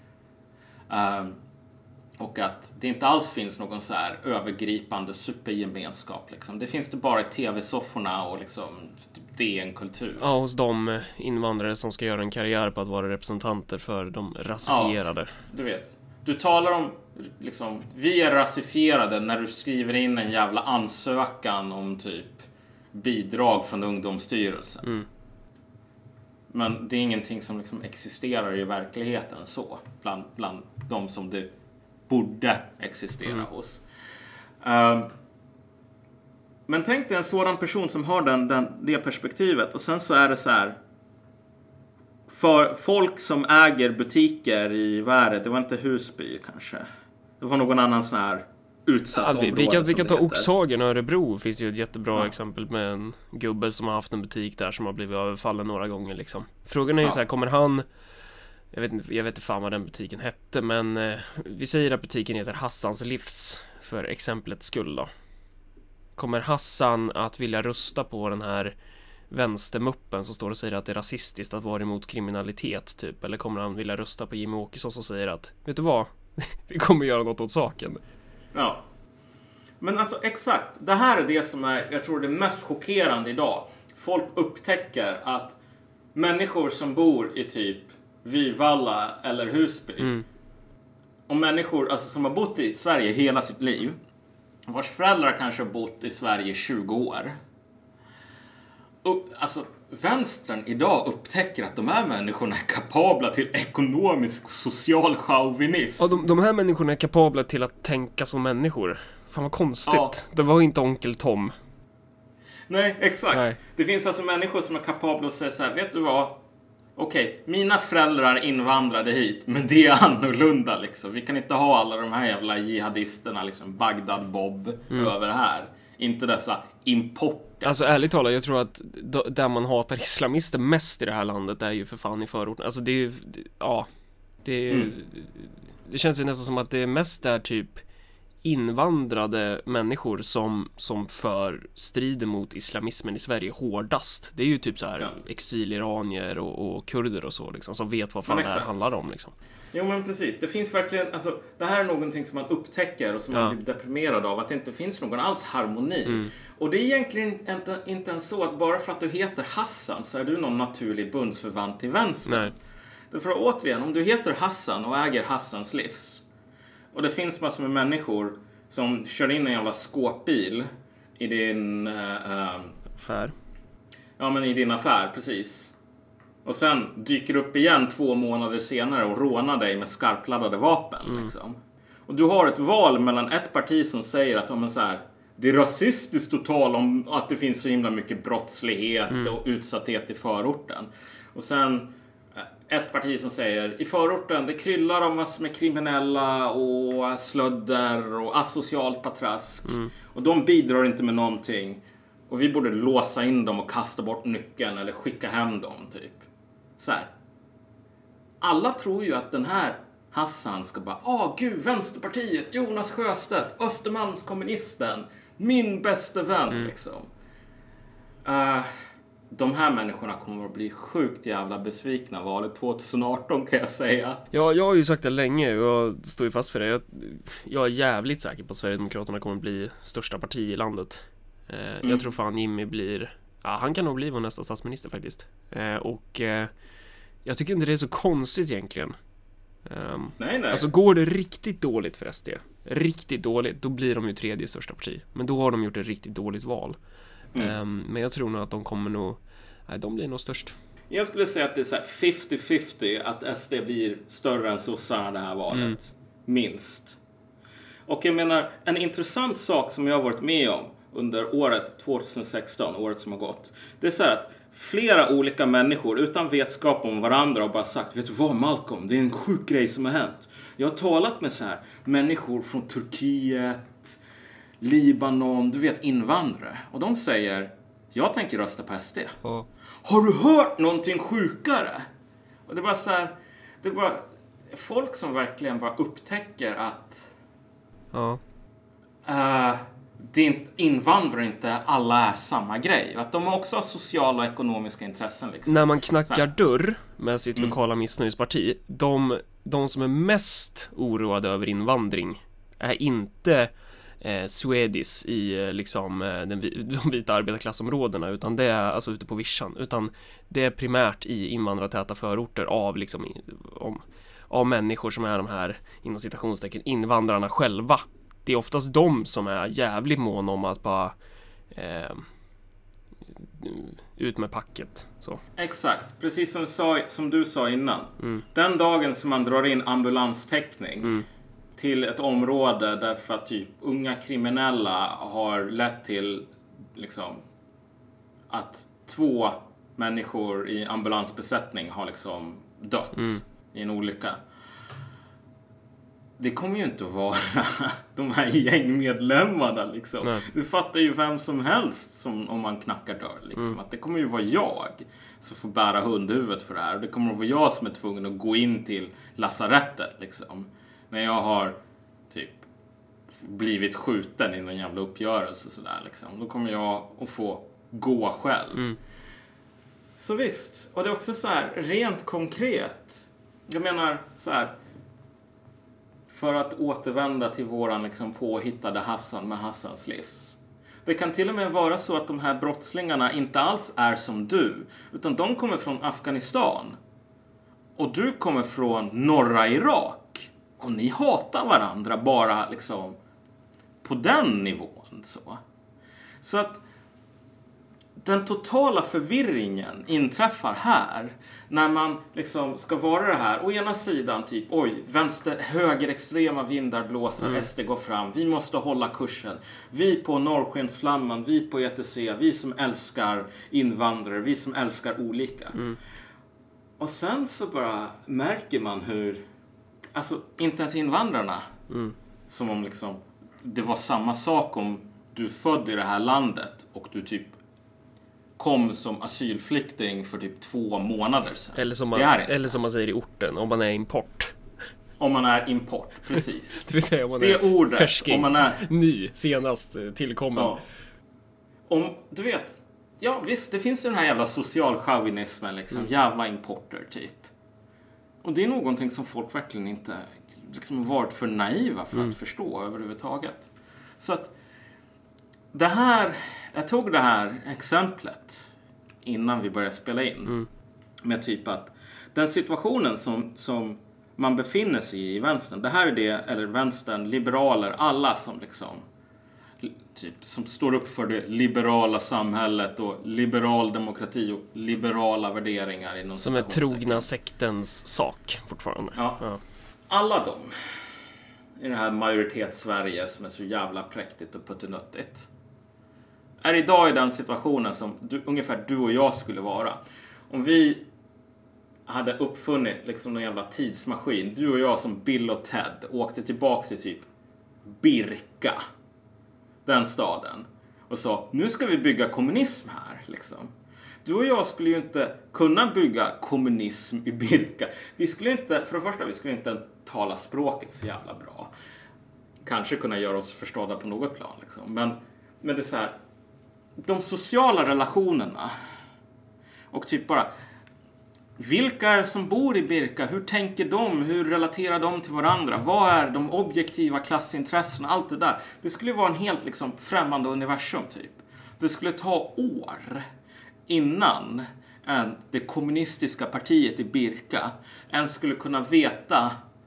Och att det inte alls finns någon så här övergripande supergemenskap liksom. Det finns det bara i tv-sofforna och liksom DN-kultur. Ja, hos de invandrare som ska göra en karriär på att vara representanter för de rasifierade. Ja, du vet. Du talar om liksom, vi är rasifierade när du skriver in en jävla ansökan om typ bidrag från Ungdomsstyrelsen. Men det är ingenting som liksom existerar i verkligheten så. Bland de som det borde existera hos. Men tänk dig en sådan person som har det perspektivet. Och sen så är det så här. För folk som äger butiker i världen. Det var inte Husby kanske. Det var någon annan sån här utsatt område. Vi kan ta Oxhagen och Örebro. Finns ju ett jättebra exempel med en gubbe som har haft en butik där som har blivit överfallen några gånger liksom. Frågan är ju så här, kommer han... Jag vet inte fan vad den butiken hette, men vi säger att butiken heter Hassans Livs för exemplets skull då. Kommer Hassan att vilja rösta på den här vänstermuppen som står och säger att det är rasistiskt att vara emot kriminalitet typ? Eller kommer han vilja rösta på Jimmy Åkesson som säger att, vet du vad? Vi kommer göra något åt saken. Ja. Men alltså exakt, det här är det som är, jag tror det mest chockerande idag. Folk upptäcker att människor som bor i typ Vivalla eller Husby och människor alltså, som har bott i Sverige hela sitt liv, vars föräldrar kanske har bott i Sverige i 20 år. Och, alltså vänstern idag upptäcker att de här människorna är kapabla till ekonomisk och social chauvinism. Ja, de här människorna är kapabla till att tänka som människor. Fan vad konstigt. Ja. Det var inte onkel Tom. Nej, exakt. Nej. Det finns alltså människor som är kapabla att säga så här, vet du vad? Okej, mina föräldrar invandrade hit, men det är annorlunda liksom. Vi kan inte ha alla de här jävla jihadisterna liksom, Bagdad Bob över här. Inte dessa importer. Alltså ärligt talat, jag tror att där man hatar islamister mest i det här landet är ju för fan i förorten. Alltså det är ju, ja, det är ju, det känns ju nästan som att det är mest där typ invandrade människor som för strider mot islamismen i Sverige hårdast. Det är ju typ så här exiliranier och kurder och så liksom, som vet vad fan det här handlar om liksom. Jo men precis, det finns verkligen, alltså det här är någonting som man upptäcker och som man blir deprimerad av, att det inte finns någon alls harmoni. Och det är egentligen inte ens så att bara för att du heter Hassan så är du någon naturlig bundsförvant till vänster. Nej. Därför återigen, om du heter Hassan och äger Hassans Livs och det finns massor med människor som kör in en jävla skåpbil i din affär. Ja men i din affär, precis. Och sen dyker upp igen 2 månader senare och rånar dig med skarpladdade vapen. Liksom. Och du har ett val mellan ett parti som säger att men så här, det är rasistiskt att tala om att det finns så himla mycket brottslighet och utsatthet i förorten. Och sen ett parti som säger i förorten det kryllar av massor med kriminella och slödder och asocialt patrask. Och de bidrar inte med någonting. Och vi borde låsa in dem och kasta bort nyckeln eller skicka hem dem typ. Så här. Alla tror ju att den här Hassan ska bara, gud, Vänsterpartiet, Jonas Sjöstedt, Östermalmskommunisten, min bästa vän liksom. De här människorna kommer att bli sjukt jävla besvikna valet 2018 kan jag säga. Ja, jag har ju sagt det länge och jag står ju fast för det. Jag är jävligt säker på att Sverigedemokraterna kommer att bli största parti i landet. Jag tror fan Jimmy blir... Ja, han kan nog bli vår nästa statsminister faktiskt. Och jag tycker inte det är så konstigt egentligen. Nej. Alltså går det riktigt dåligt för SD, riktigt dåligt, då blir de ju 3:e största parti. Men då har de gjort ett riktigt dåligt val. Men jag tror nog att de kommer nog... Nej, de blir nog störst. Jag skulle säga att det är så här 50-50 att SD blir större än sossarna det här valet. Minst. Och jag menar, en intressant sak som jag har varit med om under året 2016, året som har gått. Det är så här att flera olika människor utan vetskap om varandra har bara sagt, vet du vad Malcolm, det är en sjuk grej som har hänt. Jag har talat med så här människor från Turkiet, Libanon, du vet invandrare. Och de säger, jag tänker rösta på SD. Har du hört någonting sjukare? Och det är bara så här, det är bara folk som verkligen bara upptäcker att det är invandrare inte alla är samma grej. Att de också har sociala och ekonomiska intressen. Liksom. När man knackar dörr med sitt lokala missnöjesparti, de som är mest oroade över invandring är inte Swedis i liksom de vita arbetarklassområdena, utan det är alltså ute på vischan, utan det är primärt i invandrartäta förorter av liksom av människor som är de här inom citationstecken invandrarna själva. Det är oftast de som är jävligt mån om att bara ut med packet. Så. Exakt, precis som du sa innan. Den dagen som man drar in ambulanstäckning till ett område därför att typ unga kriminella har lett till liksom att 2 människor i ambulansbesättning har liksom dött i en olycka. Det kommer ju inte att vara de här gängmedlemmarna liksom. Nej. Du fattar ju vem som helst som om man knackar dörr liksom. Att det kommer ju vara jag som får bära hundhuvudet för det här. Och det kommer att vara jag som är tvungen att gå in till lasarettet liksom. När jag har typ blivit skjuten i någon jävla uppgörelse sådär liksom. Då kommer jag att få gå själv. Så visst. Och det är också så här rent konkret. Jag menar så här. För att återvända till våran liksom påhittade Hassan med Hassans livs. Det kan till och med vara så att de här brottslingarna inte alls är som du. Utan de kommer från Afghanistan. Och du kommer från norra Irak. Och ni hatar varandra bara liksom på den nivån. Så att den totala förvirringen inträffar här när man liksom ska vara det här. Å ena sidan typ, högerextrema vindar blåser, SD går fram, vi måste hålla kursen. Vi på Norrskensflamman, vi på ETC, vi som älskar invandrare, vi som älskar olika. Och sen så bara märker man hur, alltså inte ens invandrarna, som om liksom, det var samma sak om du född i det här landet och du typ kom som asylflykting för typ 2 månader sedan. Eller som man säger i orten, om man är import. Om man är import, precis. Det vill säga om man det är ordet, färsking, om man är ny, senast tillkommen. Ja. Om, du vet, ja visst, det finns den här jävla socialchauvinismen liksom, jävla importer typ. Och det är någonting som folk verkligen inte liksom varit för naiva för att förstå överhuvudtaget. Så att det här, jag tog det här exemplet innan vi började spela in. Med typ att den situationen som man befinner sig i vänstern. Det här är det, eller vänstern, liberaler, alla som liksom typ, som står upp för det liberala samhället och liberal demokrati och liberala värderingar. Inom som är trogna sektens sak fortfarande. Ja. Alla de i det här majoritetssverige som är så jävla präktigt och puttenöttigt är idag i den situationen som ungefär du och jag skulle vara. Om vi hade uppfunnit liksom någon jävla tidsmaskin. Du och jag som Bill och Ted åkte tillbaka till typ Birka. Den staden. Och sa, nu ska vi bygga kommunism här liksom. Du och jag skulle ju inte kunna bygga kommunism i Birka. Vi skulle inte, för det första, vi skulle inte tala språket så jävla bra. Kanske kunna göra oss förstådda på något plan liksom. Men det är så här, de sociala relationerna och typ bara vilka som bor i Birka, hur tänker de, hur relaterar de till varandra, vad är de objektiva klassintressena, allt det där. Det skulle vara en helt liksom främmande universum typ. Det skulle ta år innan det kommunistiska partiet i Birka ens skulle kunna veta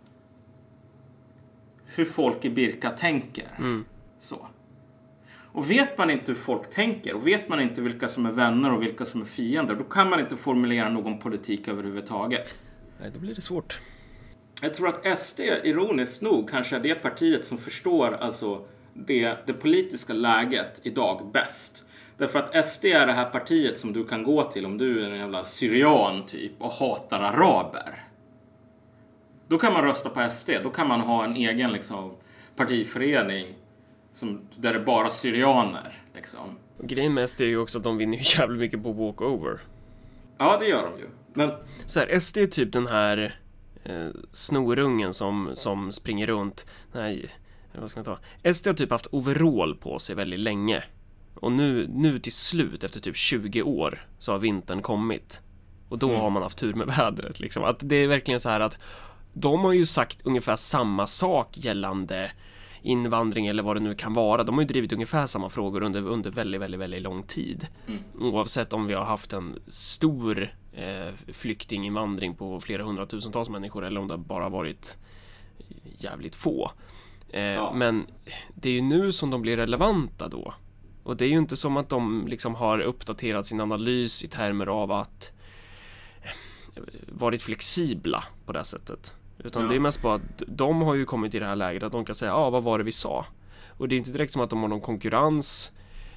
hur folk i Birka tänker. Så. Och vet man inte hur folk tänker och vet man inte vilka som är vänner och vilka som är fiender, då kan man inte formulera någon politik överhuvudtaget. Nej, då blir det svårt. Jag tror att SD, ironiskt nog, kanske är det partiet som förstår alltså det politiska läget idag bäst. Därför att SD är det här partiet som du kan gå till om du är en jävla syrian typ och hatar araber. Då kan man rösta på SD, då kan man ha en egen liksom partiförening där det är bara syrianer liksom. Grejen med SD är ju också att de vinner ju jävligt mycket på walkover. Ja, det gör de ju. Men så här, SD är typ den här snorungen som springer runt. Nej, vad ska man ta? SD har typ haft overall på sig väldigt länge. Och nu till slut, efter typ 20 år, så har vintern kommit. Och då har man haft tur med vädret liksom. Att det är verkligen så här att de har ju sagt ungefär samma sak gällande invandring eller vad det nu kan vara. De har ju drivit ungefär samma frågor under väldigt, väldigt, väldigt lång tid. Oavsett om vi har haft en stor flyktinginvandring på flera hundratusentals människor eller om det bara varit jävligt få. Men det är ju nu som de blir relevanta då. Och det är ju inte som att de liksom har uppdaterat sin analys i termer av att varit flexibla på det sättet. Utan det är mest bara att de har ju kommit i det här läget att de kan säga, vad var det vi sa? Och det är inte direkt som att de har någon konkurrens.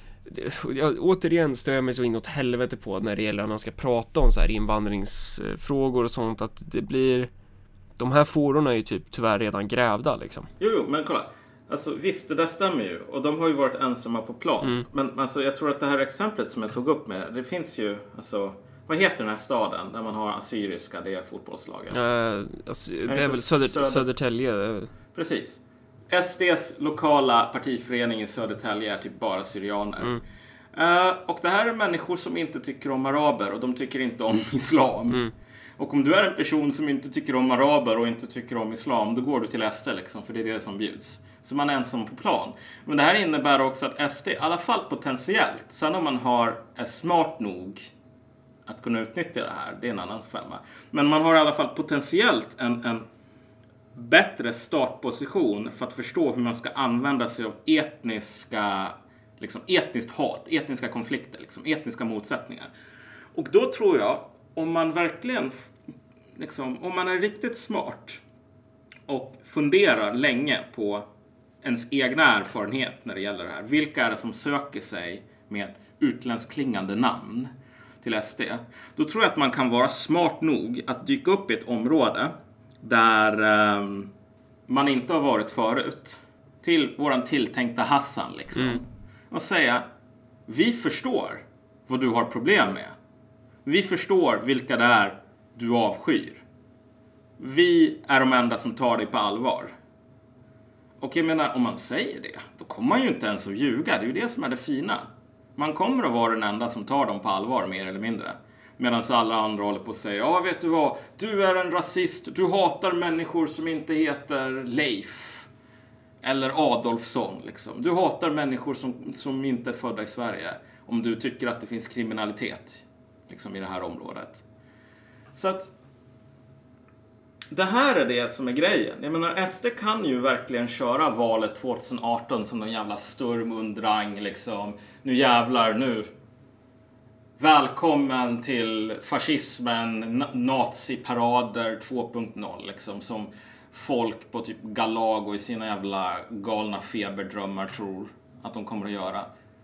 Återigen stör jag mig så inåt helvete på när det gäller att man ska prata om så här invandringsfrågor och sånt, att det blir, de här fårorna är ju typ tyvärr redan grävda liksom. Jo, men kolla. Alltså visst, det där stämmer ju. Och de har ju varit ensamma på plan. Men alltså, jag tror att det här exemplet som jag tog upp med, det finns ju, alltså, vad heter den här staden där man har assyriska, det är fotbollslaget? Det är väl Södertälje. Precis. SDs lokala partiförening i Södertälje är typ bara syrianer. Och det här är människor som inte tycker om araber och de tycker inte om islam. Och om du är en person som inte tycker om araber och inte tycker om islam, då går du till SD liksom, för det är det som bjuds. Så man är ensam på plan. Men det här innebär också att SD, i alla fall potentiellt, sen om man är smart nog att kunna utnyttja det här, det är en annan femma. Men man har i alla fall potentiellt en bättre startposition för att förstå hur man ska använda sig av etniskt hat, etniska konflikter, liksom, etniska motsättningar. Och då tror jag, om man verkligen, liksom, om man är riktigt smart och funderar länge på ens egna erfarenhet när det gäller det här. Vilka är det som söker sig med utländskklingande namn till SD? Då tror jag att man kan vara smart nog att dyka upp i ett område där man inte har varit förut. Till våran tilltänkta Hassan liksom. Och säga, vi förstår vad du har problem med. Vi förstår vilka det är du avskyr. Vi är de enda som tar dig på allvar. Och jag menar, om man säger det, då kommer man ju inte ens att ljuga. Det är ju det som är det fina. Man kommer att vara den enda som tar dem på allvar, mer eller mindre. Medan alla andra håller på att säga, vet du vad? Du är en rasist. Du hatar människor som inte heter Leif. Eller Adolfsson, liksom. Du hatar människor som inte är födda i Sverige. Om du tycker att det finns kriminalitet, liksom, i det här området. Så att det här är det som är grejen. Jag menar, SD kan ju verkligen köra valet 2018 som någon jävla Sturm und Drang, liksom. Nu jävlar, nu. Välkommen till fascismen, naziparader 2.0, liksom. Som folk på typ Galago i sina jävla galna feberdrömmar tror att de kommer att göra.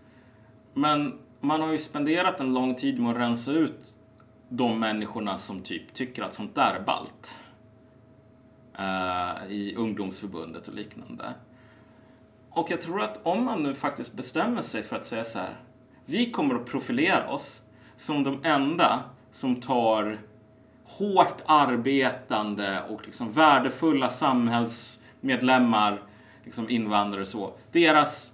Men man har ju spenderat en lång tid med att rensa ut de människorna som typ tycker att sånt där är ballt. I ungdomsförbundet och liknande. Och jag tror att om man nu faktiskt bestämmer sig för att säga så här, vi kommer att profilera oss som de enda som tar hårt arbetande och liksom värdefulla samhällsmedlemmar, liksom invandrare och så, deras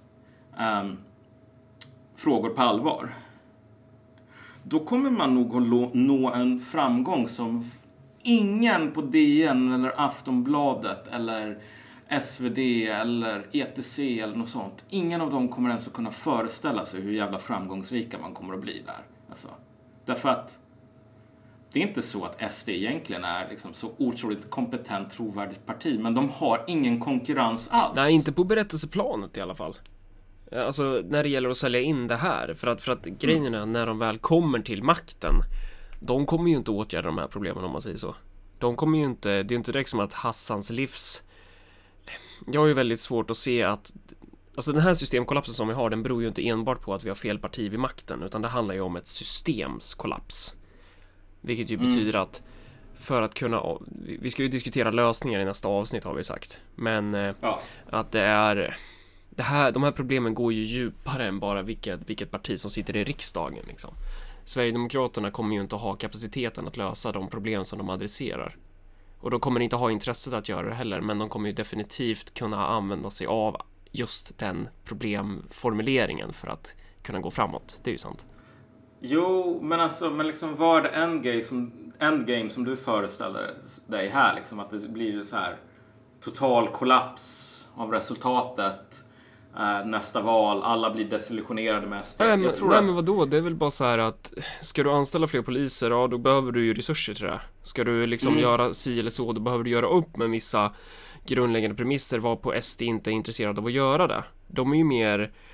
frågor på allvar. Då kommer man nog att nå en framgång som ingen på DN eller Aftonbladet eller SvD eller ETC eller något sånt. Ingen av dem kommer ens att kunna föreställa sig hur jävla framgångsrika man kommer att bli där. Alltså, därför att det är inte så att SD egentligen är liksom så otroligt kompetent, trovärdigt parti, men de har ingen konkurrens alls. Nej, inte på berättelseplanet i alla fall. Alltså när det gäller att sälja in det här, för att grejen är, när de väl kommer till makten, de kommer ju inte åtgärda de här problemen, om man säger så. De kommer ju inte, det är inte direkt som att Hassans livs, jag har ju väldigt svårt att se att, alltså den här systemkollapsen som vi har, den beror ju inte enbart på att vi har fel parti vid makten, utan det handlar ju om ett systemskollaps. Vilket ju betyder att för att kunna, vi ska ju diskutera lösningar i nästa avsnitt har vi sagt, men att det är de här problemen går ju djupare än bara vilket parti som sitter i riksdagen liksom. Sverigedemokraterna kommer ju inte ha kapaciteten att lösa de problem som de adresserar. Och de kommer inte ha intresset att göra det heller, men de kommer ju definitivt kunna använda sig av just den problemformuleringen för att kunna gå framåt. Det är ju sant. Jo, men liksom var det endgame som du föreställer dig här, liksom, att det blir så här total kollaps av resultatet nästa val, alla blir desillusionerade med SD. Men vadå? Det är väl bara så här att ska du anställa fler poliser, ja, då behöver du ju resurser till det. Ska du liksom göra si eller så, då behöver du göra upp med vissa grundläggande premisser, var på SD inte är intresserade av att göra det. De är ju mer,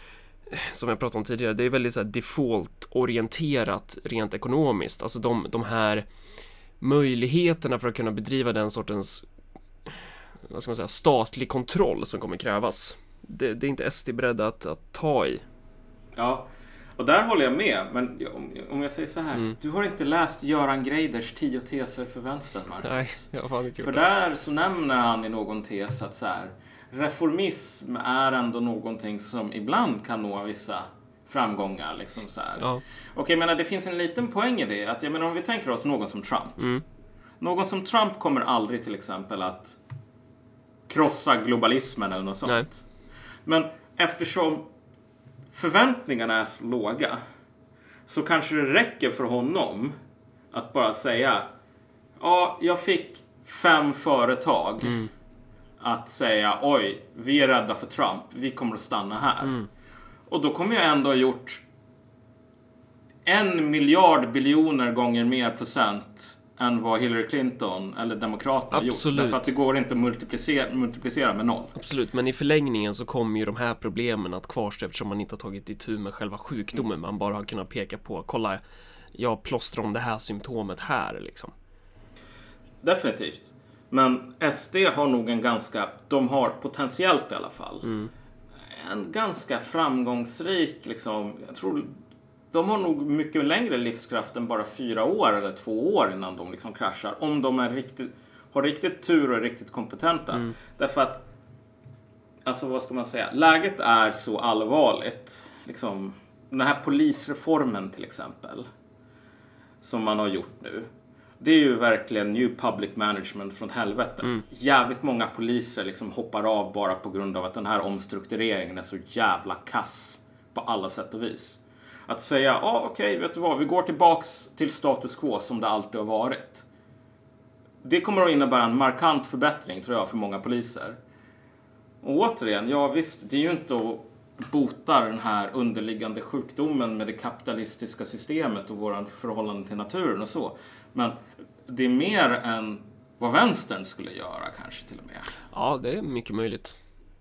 som jag pratade om tidigare, det är väldigt så här default-orienterat rent ekonomiskt. Alltså de här möjligheterna för att kunna bedriva den sortens, vad ska man säga, statlig kontroll som kommer krävas. Det är inte SD beredda att ta i. Ja, och där håller jag med. Men om jag säger så här, du har inte läst Göran Greiders 10 teser för vänstern, Marcus. Nej, jag har fan inte gjort för det. Där så nämner han i någon tes att så här, reformism är ändå någonting som ibland kan nå vissa framgångar. Liksom så här. Ja. Och jag menar, det finns en liten poäng i det. Att jag menar, om vi tänker oss någon som Trump. Någon som Trump kommer aldrig till exempel att krossa globalismen eller något sånt. Nej. Men eftersom förväntningarna är så låga så kanske det räcker för honom att bara säga, ja, jag fick 5 företag att säga, oj, vi är rädda för Trump, vi kommer att stanna här. Och då kommer jag ändå ha gjort 1 miljard biljoner gånger mer procent än vad Hillary Clinton eller Demokraterna har gjort. Därför att det går inte att multiplicera med 0. Absolut, men i förlängningen så kommer ju de här problemen att kvarstå eftersom man inte har tagit itu med själva sjukdomen. Man bara har kunnat peka på, kolla, jag plåstrar om det här symptomet här liksom. Definitivt. Men SD har nog de har potentiellt i alla fall en ganska framgångsrik liksom, jag tror de har nog mycket längre livskraft än bara 4 år eller 2 år innan de liksom kraschar. Om de har riktigt tur och är riktigt kompetenta. Därför att, alltså vad ska man säga, läget är så allvarligt. Liksom, den här polisreformen till exempel, som man har gjort nu. Det är ju verkligen new public management från helvetet. Jävligt många poliser liksom hoppar av bara på grund av att den här omstruktureringen är så jävla kass på alla sätt och vis. Att säga, okej, vet du vad, vi går tillbaks till status quo som det alltid har varit. Det kommer att innebära en markant förbättring, tror jag, för många poliser. Och återigen, ja visst, det är ju inte att bota den här underliggande sjukdomen med det kapitalistiska systemet och våran förhållande till naturen och så. Men det är mer än vad vänstern skulle göra kanske till och med. Ja, det är mycket möjligt.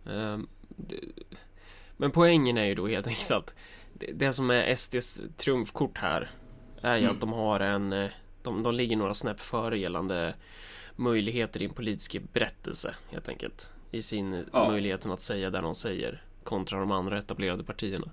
Men poängen är ju då helt enkelt att det som är SDs trumfkort här är ju att de har de ligger några snäpp före gällande möjligheter i en politisk berättelse helt enkelt. I sin möjligheten att säga det de säger kontra de andra etablerade partierna.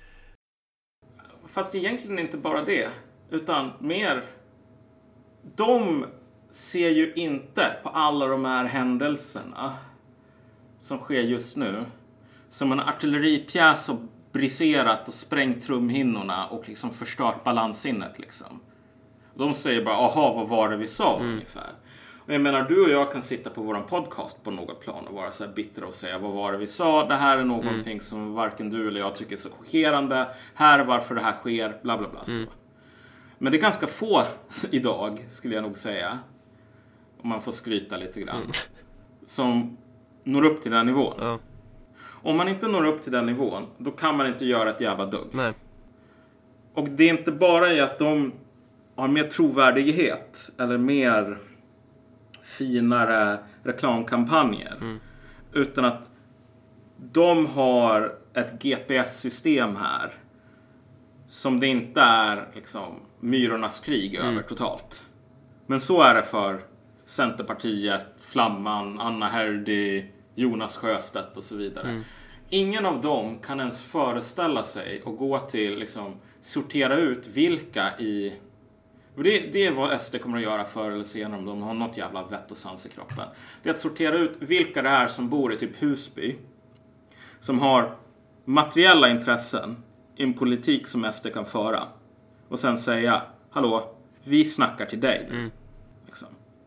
Fast egentligen inte bara det, utan mer, de ser ju inte på alla de här händelserna som sker just nu som en artilleripjäs och briserat och sprängt trumhinnorna och liksom förstört balanssinnet liksom. De säger bara, aha, vad var det vi sa ungefär. Och jag menar, du och jag kan sitta på våran podcast på något plan och vara så här bittra och säga, vad var det vi sa? Det här är någonting som varken du eller jag tycker är så chockerande. Här är varför det här sker, bla bla bla. Så. Men det är ganska få idag, skulle jag nog säga, om man får skryta lite grann, som når upp till den nivån. Ja. Om man inte når upp till den nivån, då kan man inte göra ett jävla dugg. Nej. Och det är inte bara i att de har mer trovärdighet eller mer finare reklamkampanjer. Utan att de har ett GPS-system här som det inte är liksom myrornas krig över totalt. Men så är det för Centerpartiet, Flamman, Anna Herdy, Jonas Sjöstedt och så vidare. Ingen av dem kan ens föreställa sig och gå till liksom sortera ut vilka i... Det är vad SD kommer att göra förr eller senare om de har något jävla vett och sans i kroppen. Det är att sortera ut vilka det är som bor i typ Husby, som har materiella intressen i en politik som SD kan föra. Och sen säga, hallå, vi snackar till dig nu. Liksom.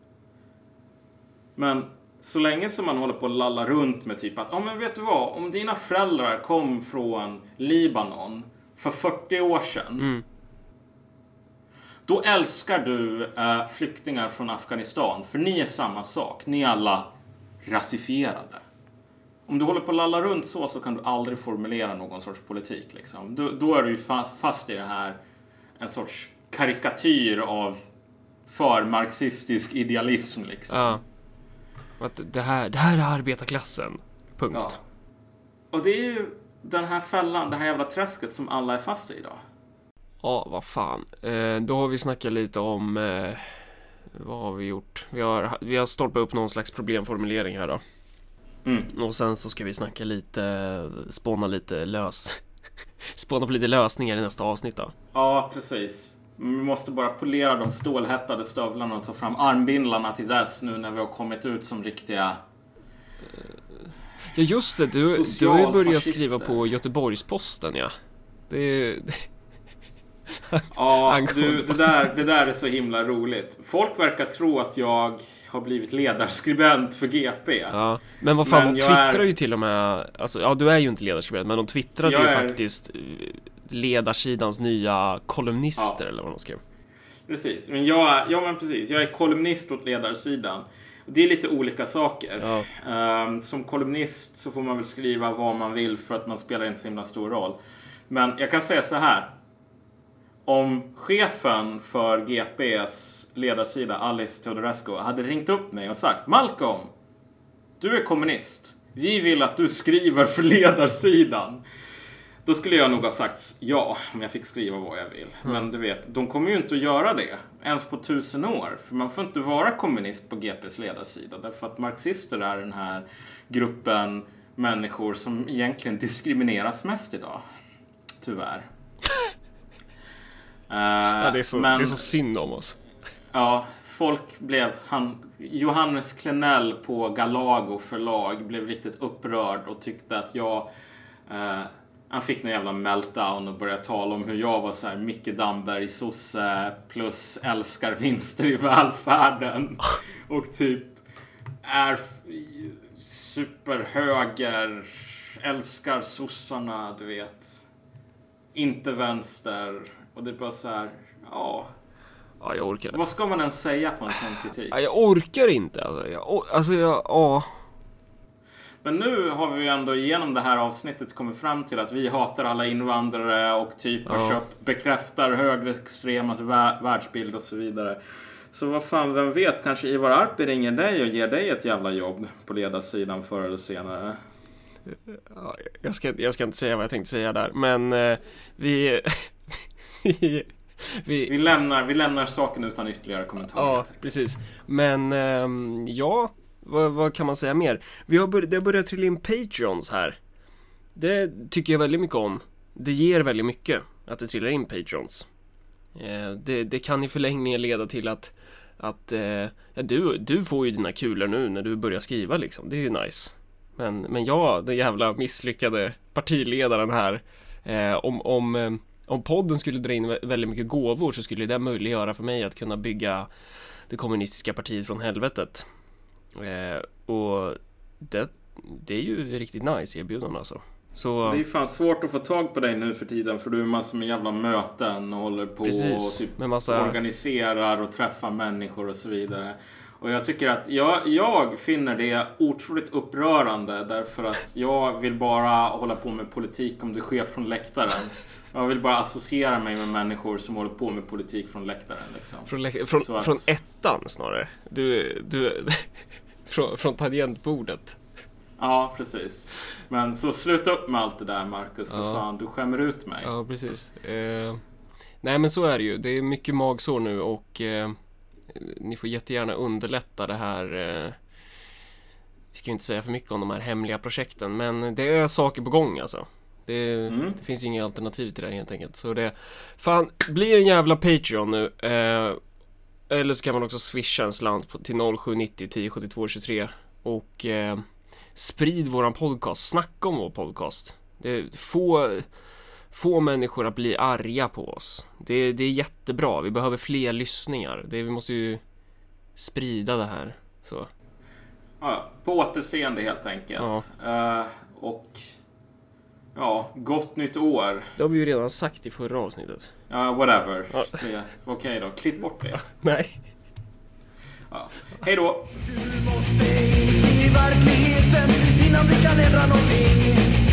Men så länge som man håller på att lalla runt med typ att, men vet du vad, om dina föräldrar kom från Libanon för 40 år sedan, då älskar du flyktingar från Afghanistan, för ni är samma sak. Ni är alla rasifierade. Om du håller på att lalla runt så kan du aldrig formulera någon sorts politik. Liksom. Då är du ju fast i det här, en sorts karikatyr av för-marxistisk idealism. Liksom. Ja. Att det här är arbetarklassen. Punkt. Ja. Och det är ju den här fällan, det här jävla träsket som alla är fast i idag? Ja, vad fan. Då har vi snackat lite om... vad har vi gjort? Vi har stolpat upp någon slags problemformulering här då. Och sen så ska vi snacka lite... Spåna på lite lösningar i nästa avsnitt då. Ja, precis. Vi måste bara polera de stålhättade stövlarna och ta fram armbindlarna till dess nu när vi har kommit ut som riktiga... Ja just det, du har ju börjat skriva på Göteborgs-Posten, ja. Ja, det där är så himla roligt. Folk verkar tro att jag har blivit ledarskribent för GP. Ja, men vad fan, de twittrar ju till och med... Alltså, ja, du är ju inte ledarskribent, men de twittrade ju faktiskt ledarsidans nya kolumnister, eller vad de skrev. Precis, men jag är kolumnist åt ledarsidan. Det är lite olika saker. Som kolumnist så får man väl skriva vad man vill för att man spelar inte så himla stor roll. Men jag kan säga så här. Om chefen för GPs ledarsida, Alice Teodorescu, hade ringt upp mig och sagt: Malcolm, du är kommunist. Vi vill att du skriver för ledarsidan. Då skulle jag nog ha sagt ja, om jag fick skriva vad jag vill. Men du vet, de kommer ju inte att göra det. Ens på 1000 år. För man får inte vara kommunist på GPs ledarsida. Därför att marxister är den här gruppen människor som egentligen diskrimineras mest idag. Tyvärr. Ja, det är så synd om oss. Ja, folk blev... Johannes Klenell på Galago förlag blev riktigt upprörd och tyckte att han fick en jävla meltdown och började tala om hur jag var så här Micke Damberg, sosse plus älskar vinster i välfärden och typ är superhöger, älskar sossarna, du vet, inte vänster, och det är bara så här, ja, jag orkar. Vad ska man ens säga på en sån kritik? Ja, jag orkar inte ja. Men nu har vi ju ändå genom det här avsnittet kommit fram till att vi hatar alla invandrare och typ bekräftar högerextremas världsbild och så vidare. Så vad fan, vem vet, kanske Ivar Arpi ringer dig och ger dig ett jävla jobb på ledarsidan förr eller senare. Ja, jag ska inte säga vad jag tänkte säga där, men vi lämnar saken utan ytterligare kommentarer. Ja, precis. Men vad kan man säga mer? Det har börjat trilla in Patreons här. Det tycker jag väldigt mycket om. Det ger väldigt mycket att det trillar in Patreons. Det kan i förlängningen leda till att du får ju dina kulor nu när du börjar skriva liksom. Det är ju nice. Men den jävla misslyckade partiledaren här, om podden skulle dra in väldigt mycket gåvor så skulle det möjliggöra för mig att kunna bygga det kommunistiska partiet från helvetet. Och det är ju riktigt nice erbjudande alltså. Så... Det är fan svårt att få tag på dig nu för tiden, för du är massor med jävla möten och håller på. Precis, och typ med massa... organiserar och träffar människor och så vidare. Och jag tycker att jag finner det otroligt upprörande, därför att jag vill bara hålla på med politik om det sker från läktaren. Jag vill bara associera mig med människor som håller på med politik från läktaren liksom. Från ettan snarare. Du från tangentbordet. Ja, precis. Men så sluta upp med allt det där, Marcus, för fan, du skämmer ut mig. Ja, precis. Nej, men så är det ju. Det är mycket magsår nu och ni får jättegärna underlätta det här. Vi ska ju inte säga för mycket om de här hemliga projekten, men det är saker på gång alltså. Det finns ju inga alternativ till det helt enkelt. Så det, fan, bli en jävla Patreon nu. Eller så kan man också swisha en slant till 0790 1072 23 och sprid våran podcast. Snacka om vår podcast. Få människor att bli arga på oss. Det är jättebra. Vi behöver fler lyssningar. Vi måste ju sprida det här. Så. Ja, på återseende helt enkelt. Ja. Och gott nytt år. Det har vi ju redan sagt i förra avsnittet. Ja, whatever. Ja. Okej då, klipp bort det. Nej. Ja. Hej då. Du måste inse verkligheten innan du kan ändra någonting.